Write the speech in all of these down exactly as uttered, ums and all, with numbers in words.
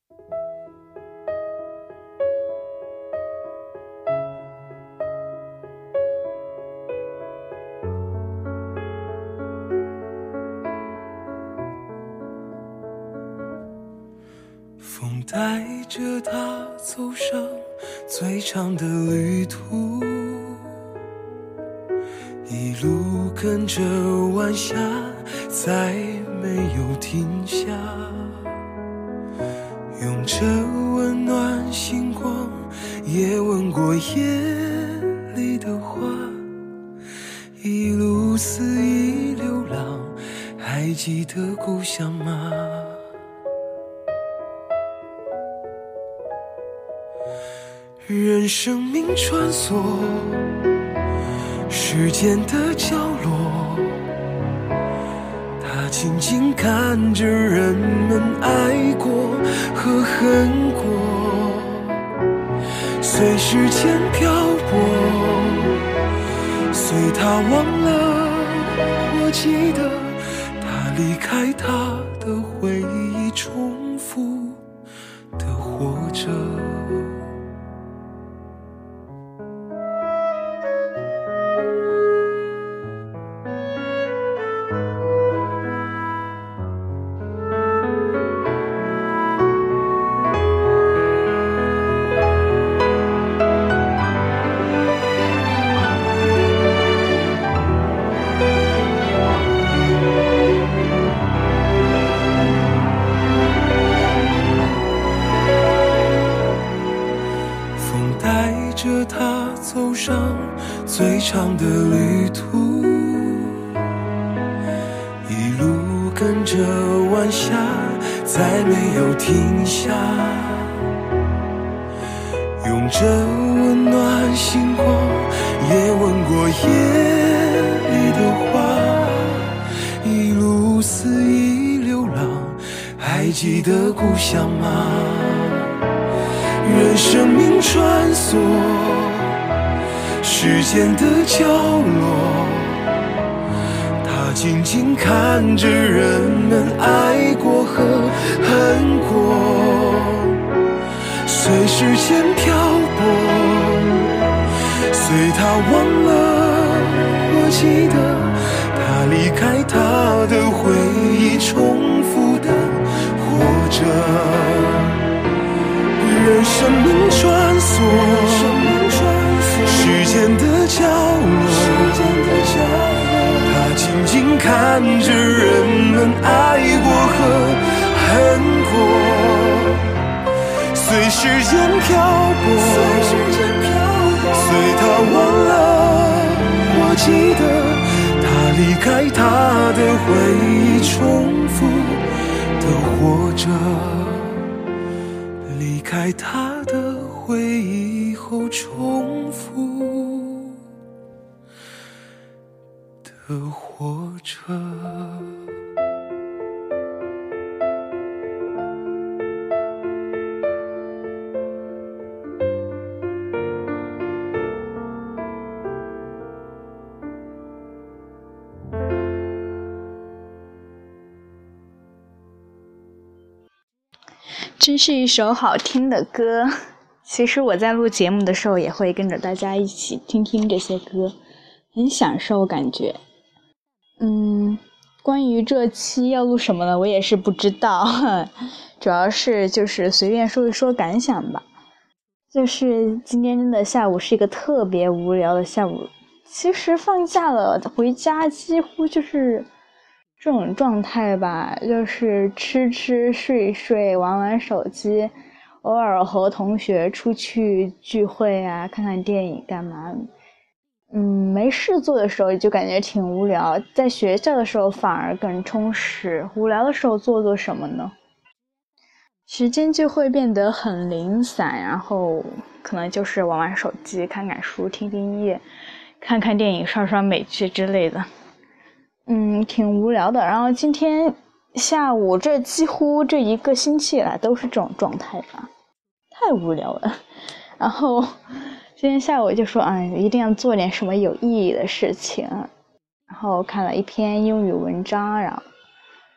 风带着他走上最长的旅途，一路跟着晚霞，再没有停下，用着温暖星光，也吻过夜里的花，一路肆意流浪，还记得故乡吗？任生命穿梭时间的角落，他静静看着人们爱过和恨过，随时间漂泊，随他忘了或记得，他离开他的回忆，重复的活着。他走上最长的旅途，一路跟着晚霞，再没有停下，用着温暖星光，也吻过夜里的花，一路肆意流浪，还记得故乡吗？任生命穿梭时间的角落，他静静看着人们爱过和恨过，随时间漂泊，随他忘了或记得，他离开他的回忆，重复的活着。任生命穿梭时间的角落，他静静看着人们爱过和恨过，随时间漂泊，随他忘了或记得，他离开他的回忆，重复的活着，离开他的回忆后，重复的活着。 真是一首好听的歌。其实我在录节目的时候也会跟着大家一起听听这些歌，很享受感觉。嗯，关于这期要录什么呢，我也是不知道，主要是就是随便说一说感想吧。就是今天真的下午是一个特别无聊的下午，其实放假了回家几乎就是这种状态吧，就是吃吃睡睡玩玩手机，偶尔和同学出去聚会啊，看看电影干嘛。嗯，没事做的时候就感觉挺无聊，在学校的时候反而更充实。无聊的时候做做什么呢？时间就会变得很零散，然后可能就是玩玩手机，看看书，听听音乐，看看电影，刷刷美剧之类的。嗯，挺无聊的。然后今天下午这几乎这一个星期以来都是这种状态吧，太无聊了。然后今天下午就说，哎，一定要做点什么有意义的事情。然后看了一篇英语文章，然后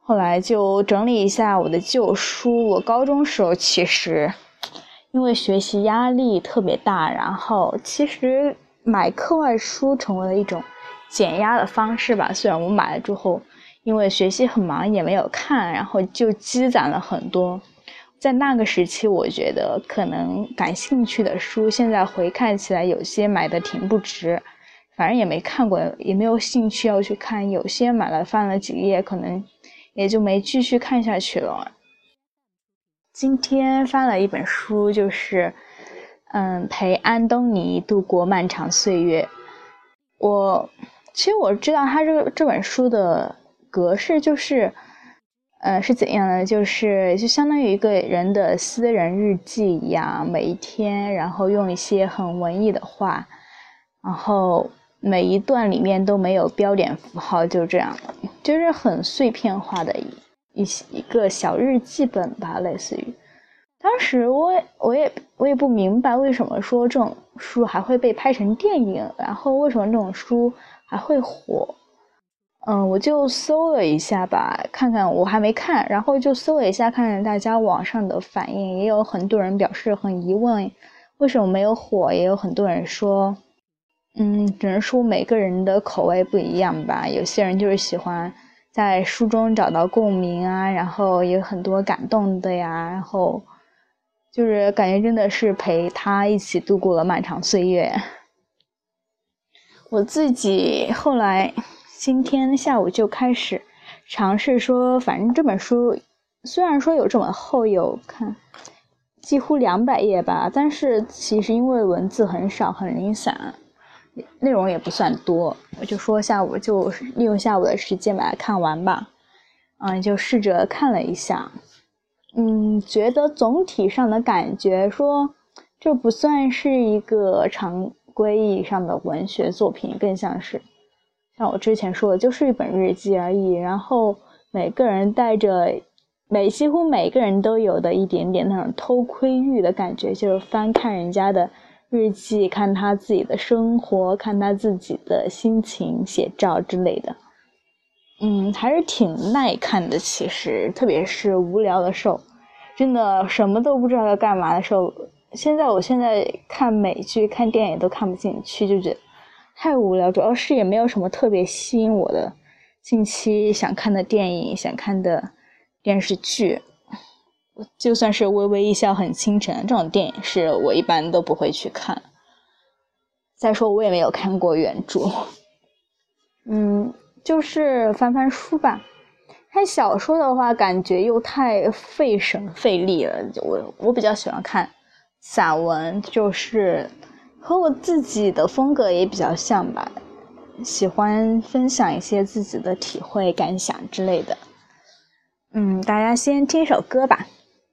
后来就整理一下我的旧书。我高中时候其实因为学习压力特别大，然后其实买课外书成为了一种减压的方式吧。虽然我买了之后因为学习很忙也没有看，然后就积攒了很多。在那个时期我觉得可能感兴趣的书，现在回看起来有些买的挺不值，反正也没看过，也没有兴趣要去看，有些买了翻了几页可能也就没继续看下去了。今天翻了一本书，就是嗯，陪安东尼度过漫长岁月。我其实我知道他这个这本书的格式就是呃，是怎样的，就是就相当于一个人的私人日记一样，每一天然后用一些很文艺的话，然后每一段里面都没有标点符号，就这样就是很碎片化的一一个小日记本吧，类似于。当时我我也我也不明白为什么说这种书还会被拍成电影，然后为什么这种书还会火。嗯，我就搜了一下吧，看看，我还没看，然后就搜了一下看看大家网上的反应，也有很多人表示很疑问为什么没有火，也有很多人说嗯，只能说每个人的口味不一样吧，有些人就是喜欢在书中找到共鸣啊，然后有很多感动的呀，然后就是感觉真的是陪他一起度过了漫长岁月。我自己后来今天下午就开始尝试说，反正这本书虽然说有这么厚，有看几乎两百页吧，但是其实因为文字很少很零散，内容也不算多，我就说下午就利用下午的时间把它看完吧。嗯，就试着看了一下，嗯，觉得总体上的感觉说这不算是一个常规意义上的文学作品，更像是像我之前说的，就是一本日记而已。然后每个人带着每几乎每个人都有的一点点那种偷窥欲的感觉，就是翻看人家的日记，看他自己的生活，看他自己的心情写照之类的。嗯，还是挺耐看的。其实特别是无聊的时候，真的什么都不知道要干嘛的时候，现在我现在看美剧看电影都看不进去，就觉得太无聊，主要是也没有什么特别吸引我的近期想看的电影想看的电视剧。就算是微微一笑很倾城这种电影是我一般都不会去看，再说我也没有看过原著。嗯，就是翻翻书吧。看小说的话感觉又太费神费力了，我我比较喜欢看散文，就是和我自己的风格也比较像吧，喜欢分享一些自己的体会感想之类的。嗯，大家先听首歌吧。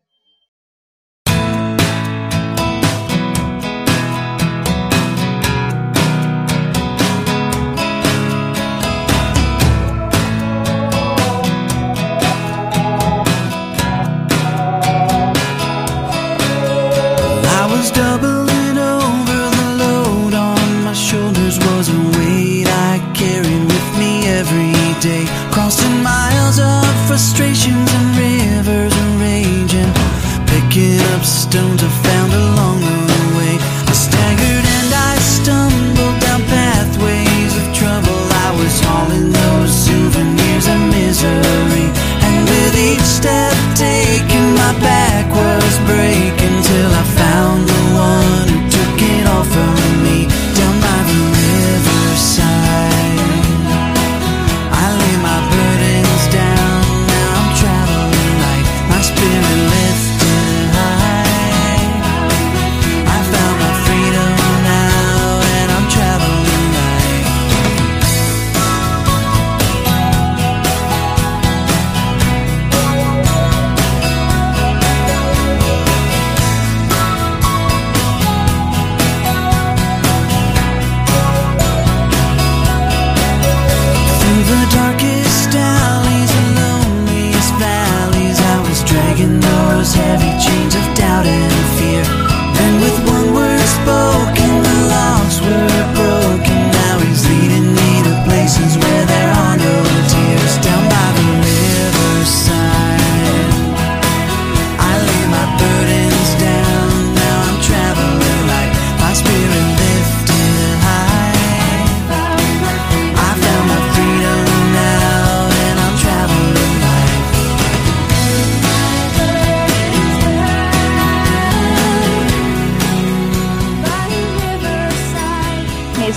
Doubling over the load on my shoulders was a weight I carried with me every day, crossing miles of frustrations and rivers of rage, and picking up stones I found along the way. I staggered and I stumbled down pathways of trouble. I was hauling those souvenirs of misery, and with each step taken my back was breaking till I found the one who took it all from me down by the riverside. I lay my burdens down, now I'm traveling light, my spirit lifted high. I found my freedom now and I'm traveling light.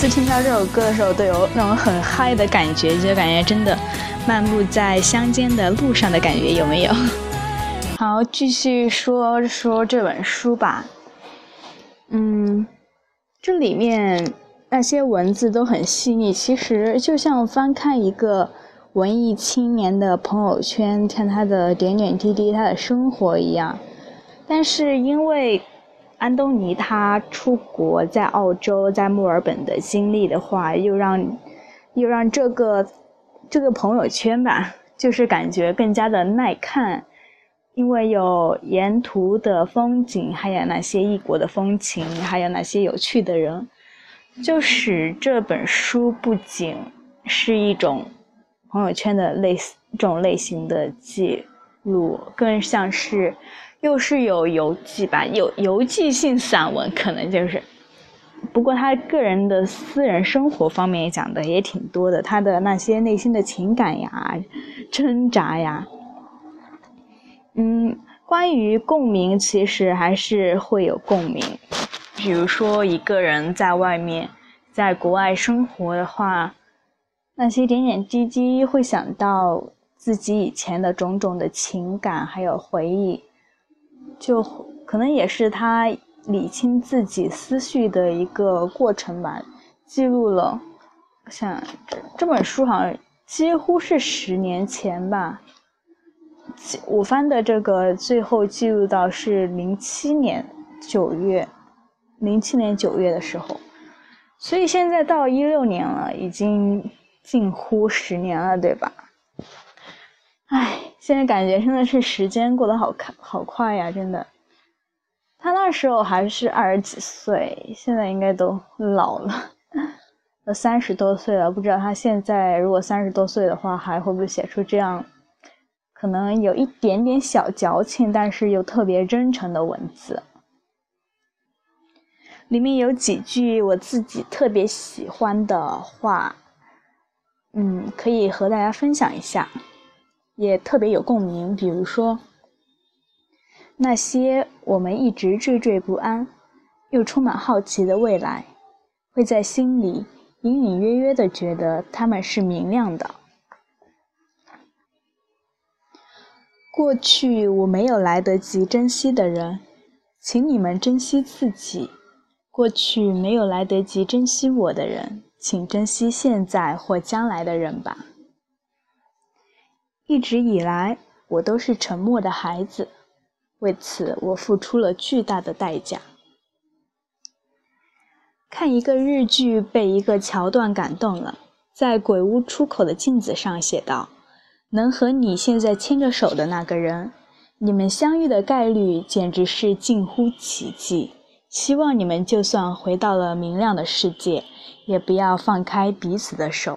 次听到这首歌的时候都有那种很嗨的感觉，就感觉真的漫步在乡间的路上的感觉，有没有？好，继续说说这本书吧。嗯，这里面那些文字都很细腻，其实就像翻看一个文艺青年的朋友圈，看他的点点滴滴，他的生活一样。但是因为安东尼他出国在澳洲在墨尔本的经历的话，又让又让这个这个朋友圈吧，就是感觉更加的耐看，因为有沿途的风景，还有那些异国的风情，还有那些有趣的人，就使这本书不仅是一种朋友圈的类似这种类型的记录，更像是又是有游记吧，有游记性散文，可能就是。不过他个人的私人生活方面也讲的也挺多的，他的那些内心的情感呀、挣扎呀，嗯，关于共鸣，其实还是会有共鸣。比如说一个人在外面，在国外生活的话，那些点点滴滴会想到自己以前的种种的情感还有回忆，就可能也是他理清自己思绪的一个过程吧，记录了像 这, 这本书好像几乎是十年前吧，我翻的这个最后记录到是零七年九月零七年九月的时候，所以现在到一六年了，已经近乎十年了，对吧？唉，现在感觉真的是时间过得好快好快呀，真的。他那时候还是二十几岁，现在应该都老了，都三十多岁了。不知道他现在如果三十多岁的话，还会不会写出这样可能有一点点小矫情，但是又特别真诚的文字。里面有几句我自己特别喜欢的话，嗯，可以和大家分享一下，也特别有共鸣。比如说，那些我们一直惴惴不安又充满好奇的未来，会在心里隐隐约约地觉得它们是明亮的。过去我没有来得及珍惜的人，请你们珍惜自己；过去没有来得及珍惜我的人，请珍惜现在或将来的人吧。一直以来，我都是沉默的孩子，为此我付出了巨大的代价。看一个日剧被一个桥段感动了，在鬼屋出口的镜子上写道：能和你现在牵着手的那个人，你们相遇的概率简直是近乎奇迹。希望你们就算回到了明亮的世界，也不要放开彼此的手。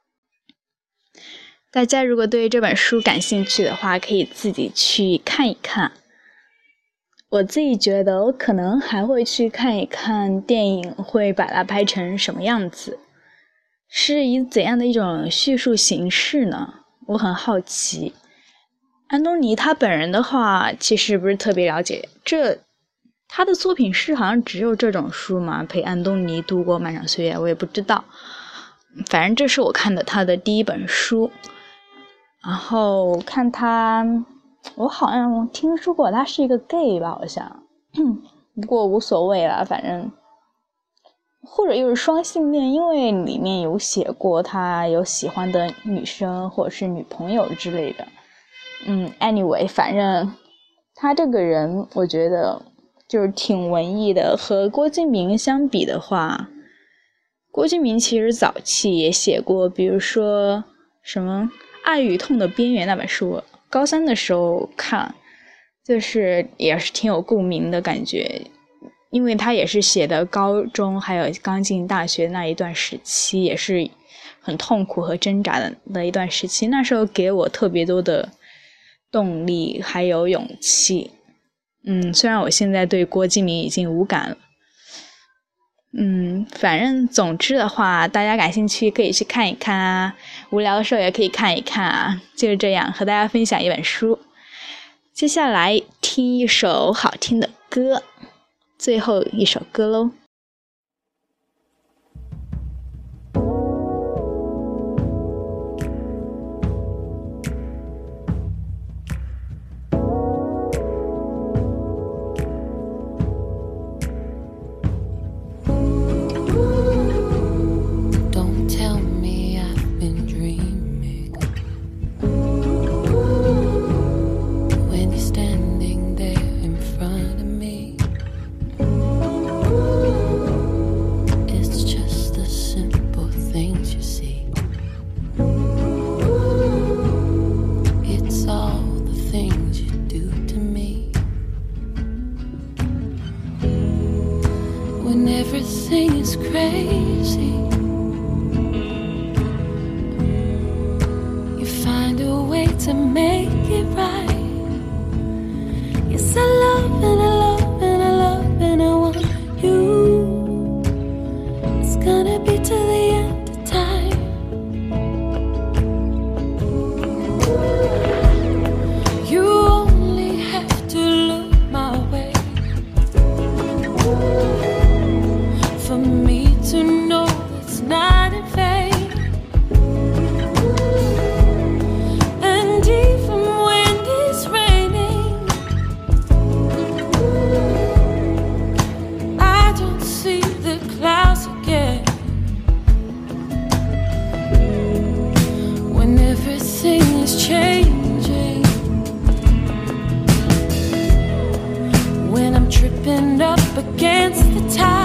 大家如果对这本书感兴趣的话，可以自己去看一看。我自己觉得我可能还会去看一看电影会把它拍成什么样子，是以怎样的一种叙述形式呢？我很好奇。安东尼他本人的话其实不是特别了解，这他的作品是好像只有这种书吗？陪安东尼度过漫长岁月，我也不知道。反正这是我看的他的第一本书，然后看他，我好像听说过他是一个 gay 吧，好像，不过无所谓啦，反正或者又是双性恋，因为里面有写过他有喜欢的女生或者是女朋友之类的。嗯 anyway 反正他这个人我觉得就是挺文艺的，和郭敬明相比的话，郭敬明其实早期也写过，比如说什么爱与痛的边缘那本书，高三的时候看，就是也是挺有共鸣的感觉，因为他也是写的高中还有刚进大学那一段时期，也是很痛苦和挣扎的的一段时期，那时候给我特别多的动力还有勇气。嗯，虽然我现在对郭敬明已经无感了。嗯，反正总之的话，大家感兴趣可以去看一看啊，无聊的时候也可以看一看啊，就是这样和大家分享一本书。接下来听一首好听的歌，最后一首歌喽。 everything is crazy. You find a way to make it right. Yes, I love and I love and I love and I want you. It's gonna be till the end of time. You only have to look my way for me to know it's not in vain. And even when it's raining, I don't see the clouds again. When everything is changing, when I'm tripping up against the tide,